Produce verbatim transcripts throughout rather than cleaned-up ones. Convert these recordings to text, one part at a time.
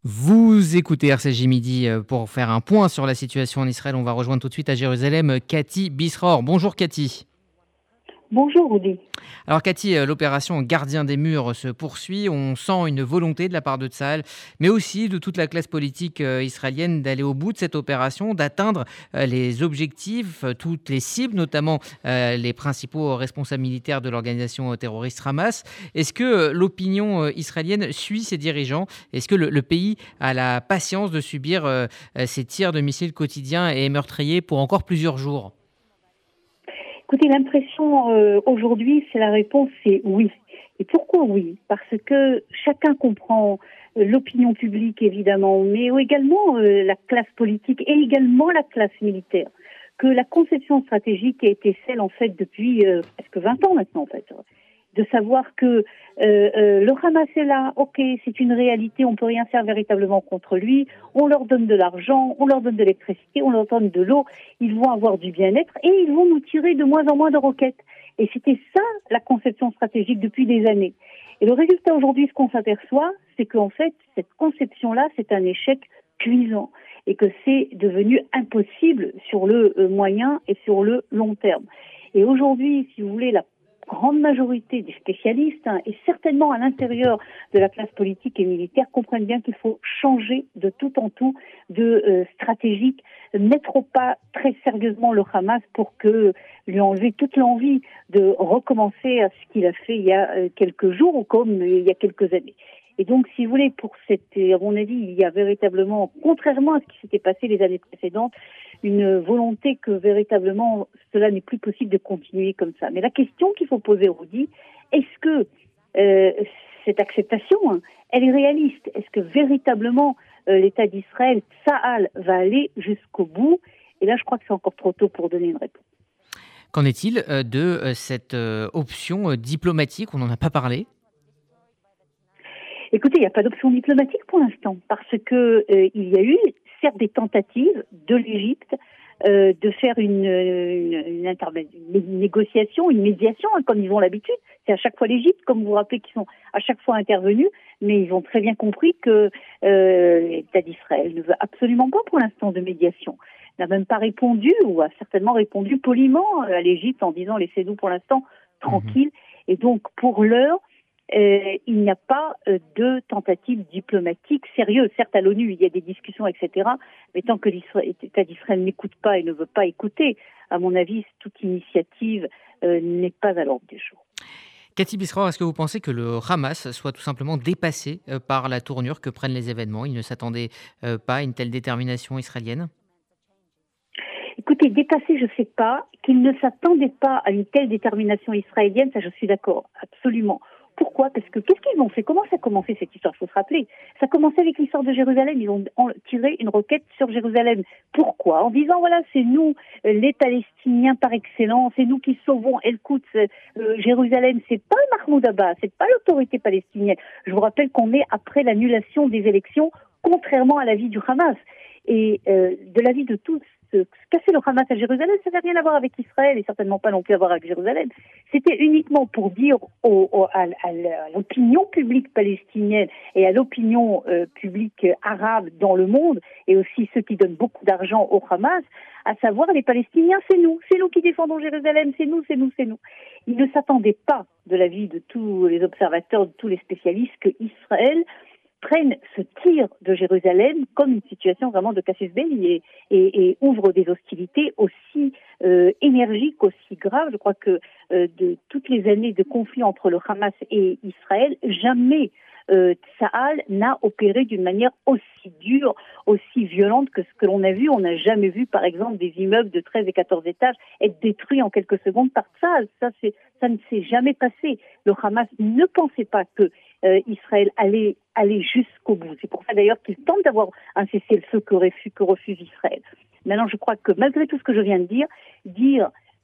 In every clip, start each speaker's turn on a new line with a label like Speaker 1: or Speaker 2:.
Speaker 1: Vous écoutez R C J Midi euh, pour faire un point sur la situation en Israël. On va rejoindre tout de suite à Jérusalem euh, Cathy Bisror. Bonjour Cathy.
Speaker 2: Bonjour Rudy.
Speaker 1: Alors Cathy, euh, l'opération Gardien des murs se poursuit. On sent une volonté de la part de Tsahal, mais aussi de toute la classe politique euh, israélienne d'aller au bout de cette opération, d'atteindre euh, les objectifs, euh, toutes les cibles, notamment euh, les principaux responsables militaires de l'organisation euh, terroriste Hamas. Est-ce que euh, l'opinion euh, israélienne suit ses dirigeants? Est-ce que le, le pays a la patience de subir euh, euh, ces tirs de missiles quotidiens et meurtriers pour encore plusieurs jours?
Speaker 2: Écoutez, l'impression euh, aujourd'hui, c'est la réponse, c'est oui. Et pourquoi oui? Parce que chacun comprend euh, l'opinion publique, évidemment, mais également euh, la classe politique et également la classe militaire, que la conception stratégique a été celle, en fait, depuis euh, presque vingt ans maintenant, en fait, de savoir que euh, euh, le Hamas est là, ok, c'est une réalité, on peut rien faire véritablement contre lui, on leur donne de l'argent, on leur donne de l'électricité, on leur donne de l'eau, ils vont avoir du bien-être et ils vont nous tirer de moins en moins de roquettes. Et c'était ça la conception stratégique depuis des années. Et le résultat aujourd'hui, ce qu'on s'aperçoit, c'est qu'en fait, cette conception-là, c'est un échec cuisant et que c'est devenu impossible sur le moyen et sur le long terme. Et aujourd'hui, si vous voulez, la grande majorité des spécialistes, hein, et certainement à l'intérieur de la classe politique et militaire, comprennent bien qu'il faut changer de tout en tout de euh, stratégique, mettre au pas très sérieusement le Hamas pour que lui enlever toute l'envie de recommencer à ce qu'il a fait il y a euh, quelques jours ou comme euh, il y a quelques années. Et donc, si vous voulez, pour cette, à mon avis, il y a véritablement, contrairement à ce qui s'était passé les années précédentes, une volonté que véritablement cela n'est plus possible de continuer comme ça. Mais la question qu'il faut poser, Rudy, est-ce que euh, cette acceptation, hein, elle est réaliste? Est-ce que véritablement euh, l'État d'Israël, Tsahal, va aller jusqu'au bout? Et là, je crois que c'est encore trop tôt pour donner une réponse.
Speaker 1: Qu'en est-il euh, de euh, cette euh, option euh, diplomatique? On n'en a pas parlé.
Speaker 2: Écoutez, il n'y a pas d'option diplomatique pour l'instant, parce que euh, il y a eu certes des tentatives de l'Égypte euh, de faire une, une, une, interv- une négociation, une médiation, hein, comme ils ont l'habitude. C'est à chaque fois l'Égypte, comme vous vous rappelez, qui sont à chaque fois intervenus, mais ils ont très bien compris que euh, l'État d'Israël ne veut absolument pas pour l'instant de médiation. Il n'a même pas répondu, ou a certainement répondu poliment à l'Égypte en disant laissez-nous pour l'instant
Speaker 1: Mhm.
Speaker 2: tranquilles. Et donc, pour l'heure, Euh, il n'y a pas euh, de tentative diplomatique sérieuse. Certes, à l'ONU, il y a des discussions, et cetera. Mais tant que l'État d'Israël n'écoute pas et ne veut pas écouter, à mon avis, toute initiative euh, n'est pas à l'ordre du jour.
Speaker 1: Cathy Bisror, est-ce que vous pensez que le Hamas soit tout simplement dépassé euh, par la tournure que prennent les événements? Il ne s'attendait euh, pas à une telle détermination israélienne?
Speaker 2: Écoutez, dépassé, je ne sais pas. Qu'il ne s'attendait pas à une telle détermination israélienne, ça je suis d'accord, absolument. Pourquoi? Parce que qu'est-ce qu'ils ont fait? Comment ça a commencé cette histoire? Il faut se rappeler. Ça a commencé avec l'histoire de Jérusalem. Ils ont tiré une roquette sur Jérusalem. Pourquoi? En disant, voilà, c'est nous, euh, les Palestiniens par excellence, c'est nous qui sauvons El-Quds, euh, Jérusalem. C'est pas Mahmoud Abbas, c'est pas l'autorité palestinienne. Je vous rappelle qu'on est après l'annulation des élections, contrairement à l'avis du Hamas. Et euh, de l'avis de tous, ce qu'a fait le Hamas à Jérusalem, ça n'avait rien à voir avec Israël et certainement pas non plus à voir avec Jérusalem. C'était uniquement pour dire au, au, à, à l'opinion publique palestinienne et à l'opinion euh, publique arabe dans le monde, et aussi ceux qui donnent beaucoup d'argent au Hamas, à savoir les Palestiniens, c'est nous, c'est nous qui défendons Jérusalem, c'est nous, c'est nous, c'est nous. Ils ne s'attendaient pas, de l'avis de tous les observateurs, de tous les spécialistes, que Israël prennent ce tir de Jérusalem comme une situation vraiment de casus belli et, et, et ouvre des hostilités aussi euh, énergiques, aussi graves. Je crois que euh, de toutes les années de conflit entre le Hamas et Israël, jamais euh, Tsahal n'a opéré d'une manière aussi dure, aussi violente que ce que l'on a vu. On n'a jamais vu, par exemple, des immeubles de treize et quatorze étages être détruits en quelques secondes par Tsahal. Ça, c'est, ça ne s'est jamais passé. Le Hamas ne pensait pas que euh, Israël allait aller jusqu'au bout. C'est pour ça d'ailleurs qu'il tente d'avoir un cessez-le-feu que refuse, que refuse Israël. Maintenant, je crois que malgré tout ce que je viens de dire, dire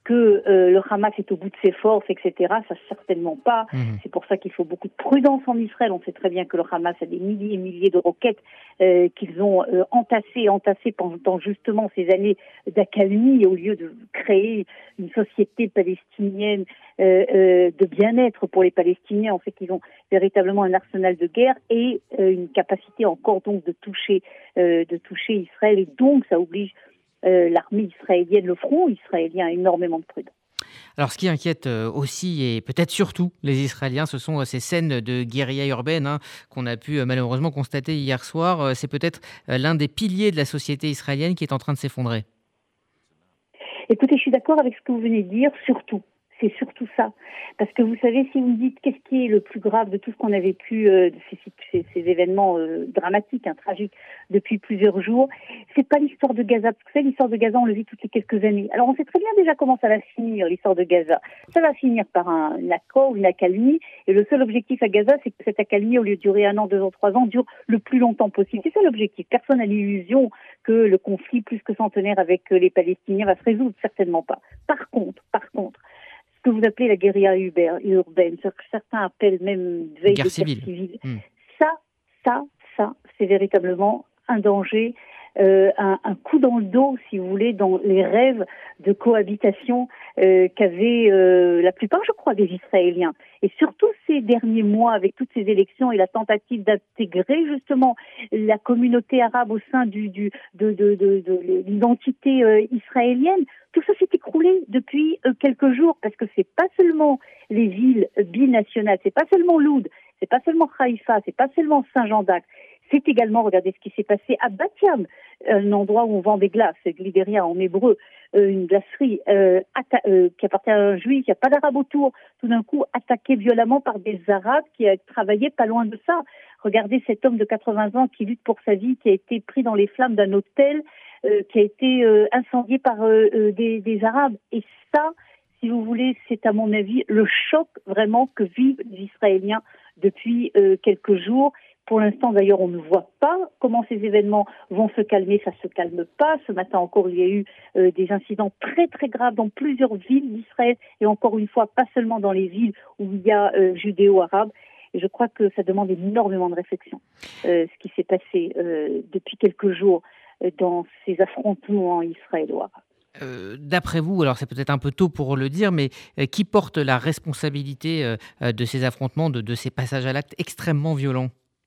Speaker 2: que euh, le Hamas est au bout de ses forces, et cetera. Ça, certainement pas. Mmh. C'est pour ça qu'il faut beaucoup de prudence en Israël. On sait très bien que le Hamas a des milliers et milliers de roquettes euh, qu'ils ont euh, entassées, entassées pendant justement ces années d'accalmie, au lieu de créer une société palestinienne euh, euh, de bien-être pour les Palestiniens. On sait qu'ils ont véritablement un arsenal de guerre et euh, une capacité encore donc de toucher, euh, de toucher Israël. Et donc, ça oblige Euh, l'armée israélienne, le front israélien a énormément de prudence.
Speaker 1: Alors, ce qui inquiète euh, aussi et peut-être surtout les Israéliens, ce sont euh, ces scènes de guérilla urbaine hein, qu'on a pu euh, malheureusement constater hier soir. Euh, c'est peut-être euh, l'un des piliers de la société israélienne qui est en train de s'effondrer.
Speaker 2: Écoutez, je suis d'accord avec ce que vous venez de dire, surtout. C'est surtout ça. Parce que vous savez, si vous me dites qu'est-ce qui est le plus grave de tout ce qu'on a vécu, euh, de ces, ces, ces événements euh, dramatiques, hein, tragiques, depuis plusieurs jours, c'est pas l'histoire de Gaza. Parce que c'est l'histoire de Gaza, on le vit toutes les quelques années. Alors on sait très bien déjà comment ça va finir, l'histoire de Gaza. Ça va finir par un, un accord, une accalmie. Et le seul objectif à Gaza, c'est que cette accalmie, au lieu de durer un an, deux ans, trois ans, dure le plus longtemps possible. C'est ça l'objectif. Personne n'a l'illusion que le conflit plus que centenaire avec les Palestiniens va se résoudre. Certainement pas. Par contre, par contre, ce que vous appelez la guérilla urbaine, ce que certains appellent même veille de guerre civile. civile. Mmh. Ça, ça, ça, c'est véritablement un danger, euh, un, un coup dans le dos, si vous voulez, dans les rêves de cohabitation euh, qu'avaient euh, la plupart, je crois, des Israéliens. Et surtout ces derniers mois, avec toutes ces élections et la tentative d'intégrer justement la communauté arabe au sein du, du, de, de, de, de l'identité euh, israélienne, tout ça s'est écroulé depuis euh, quelques jours, parce que c'est pas seulement les villes binationales, c'est pas seulement Loud, c'est pas seulement Haïfa, c'est pas seulement Saint-Jean-d'Acre, c'est également, regardez ce qui s'est passé à Bat Yam, un endroit où on vend des glaces, Glideria en hébreu, euh, une glacerie euh, atta- euh, qui appartient à un juif, il n'y a pas d'arabe autour, tout d'un coup attaqué violemment par des arabes qui travaillaient pas loin de ça. Regardez cet homme de quatre-vingts ans qui lutte pour sa vie, qui a été pris dans les flammes d'un hôtel, euh, qui a été euh, incendié par euh, euh, des, des arabes. Et ça, si vous voulez, c'est à mon avis le choc vraiment que vivent les Israéliens depuis euh, quelques jours. Pour l'instant, d'ailleurs, on ne voit pas comment ces événements vont se calmer. Ça ne se calme pas. Ce matin encore, il y a eu euh, des incidents très, très graves dans plusieurs villes d'Israël. Et encore une fois, pas seulement dans les villes où il y a euh, judéo-arabes. Et je crois que ça demande énormément de réflexion, euh, ce qui s'est passé euh, depuis quelques jours euh, dans ces affrontements israélo-arabes.
Speaker 1: Euh, d'après vous, alors c'est peut-être un peu tôt pour le dire, mais euh, qui porte la responsabilité euh, de ces affrontements, de, de ces passages à l'acte extrêmement violents ?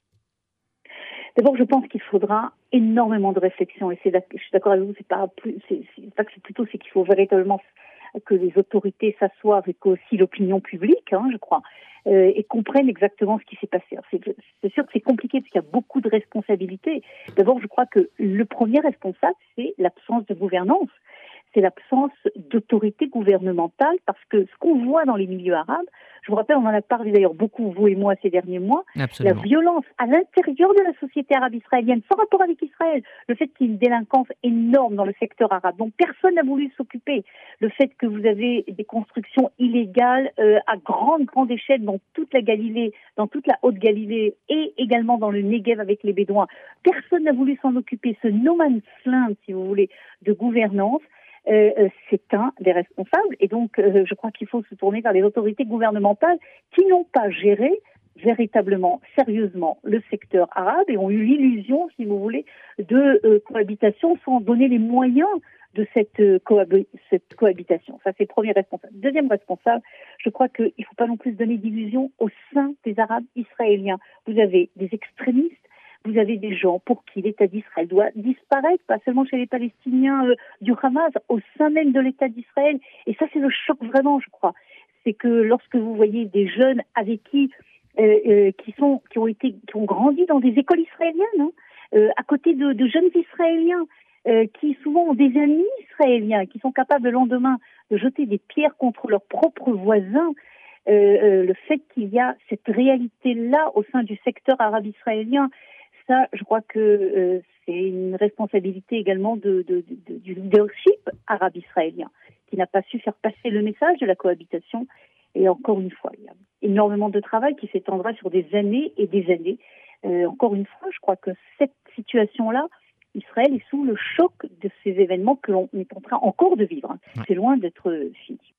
Speaker 2: D'abord, je pense qu'il faudra énormément de réflexion, et c'est, je suis d'accord avec vous, c'est pas plus, c'est, c'est pas que c'est plutôt, c'est qu'il faut véritablement que les autorités s'assoient avec aussi l'opinion publique, hein, je crois, euh, et comprennent exactement ce qui s'est passé. Alors, c'est, c'est sûr que c'est compliqué parce qu'il y a beaucoup de responsabilités. D'abord, je crois que le premier responsable, c'est l'absence de gouvernance. C'est l'absence d'autorité gouvernementale, parce que ce qu'on voit dans les milieux arabes, je vous rappelle, on en a parlé d'ailleurs beaucoup, vous et moi, ces derniers mois,
Speaker 1: Absolument.
Speaker 2: La violence à l'intérieur de la société arabe israélienne, sans rapport avec Israël, le fait qu'il y ait une délinquance énorme dans le secteur arabe, dont personne n'a voulu s'occuper, le fait que vous avez des constructions illégales euh, à grande, grande échelle dans toute la Galilée, dans toute la Haute-Galilée, et également dans le Negev avec les Bédouins. Personne n'a voulu s'en occuper, ce no man's land, si vous voulez, de gouvernance. Euh, c'est un des responsables, et donc euh, je crois qu'il faut se tourner vers les autorités gouvernementales qui n'ont pas géré véritablement, sérieusement le secteur arabe et ont eu l'illusion, si vous voulez, de euh, cohabitation sans donner les moyens de cette, euh, cohab- cette cohabitation. Ça, c'est le premier responsable. Deuxième responsable, je crois qu'il ne faut pas non plus donner d'illusions au sein des Arabes israéliens. Vous avez des extrémistes, vous avez des gens pour qui l'État d'Israël doit disparaître, pas seulement chez les Palestiniens euh, du Hamas, au sein même de l'État d'Israël. Et ça, c'est le choc vraiment, je crois. C'est que lorsque vous voyez des jeunes avec qui, euh, euh, qui sont, qui ont été, qui ont grandi dans des écoles israéliennes, hein, euh, à côté de, de jeunes Israéliens, euh, qui souvent ont des amis israéliens, qui sont capables le lendemain de jeter des pierres contre leurs propres voisins. Euh, euh, le fait qu'il y a cette réalité-là au sein du secteur arabe israélien, ça, je crois que euh, c'est une responsabilité également de, de, de, du leadership arabe-israélien, qui n'a pas su faire passer le message de la cohabitation. Et encore une fois, il y a énormément de travail qui s'étendra sur des années et des années. Euh, encore une fois, je crois que cette situation-là Israël est sous le choc de ces événements que l'on est en train encore de vivre. C'est loin d'être fini.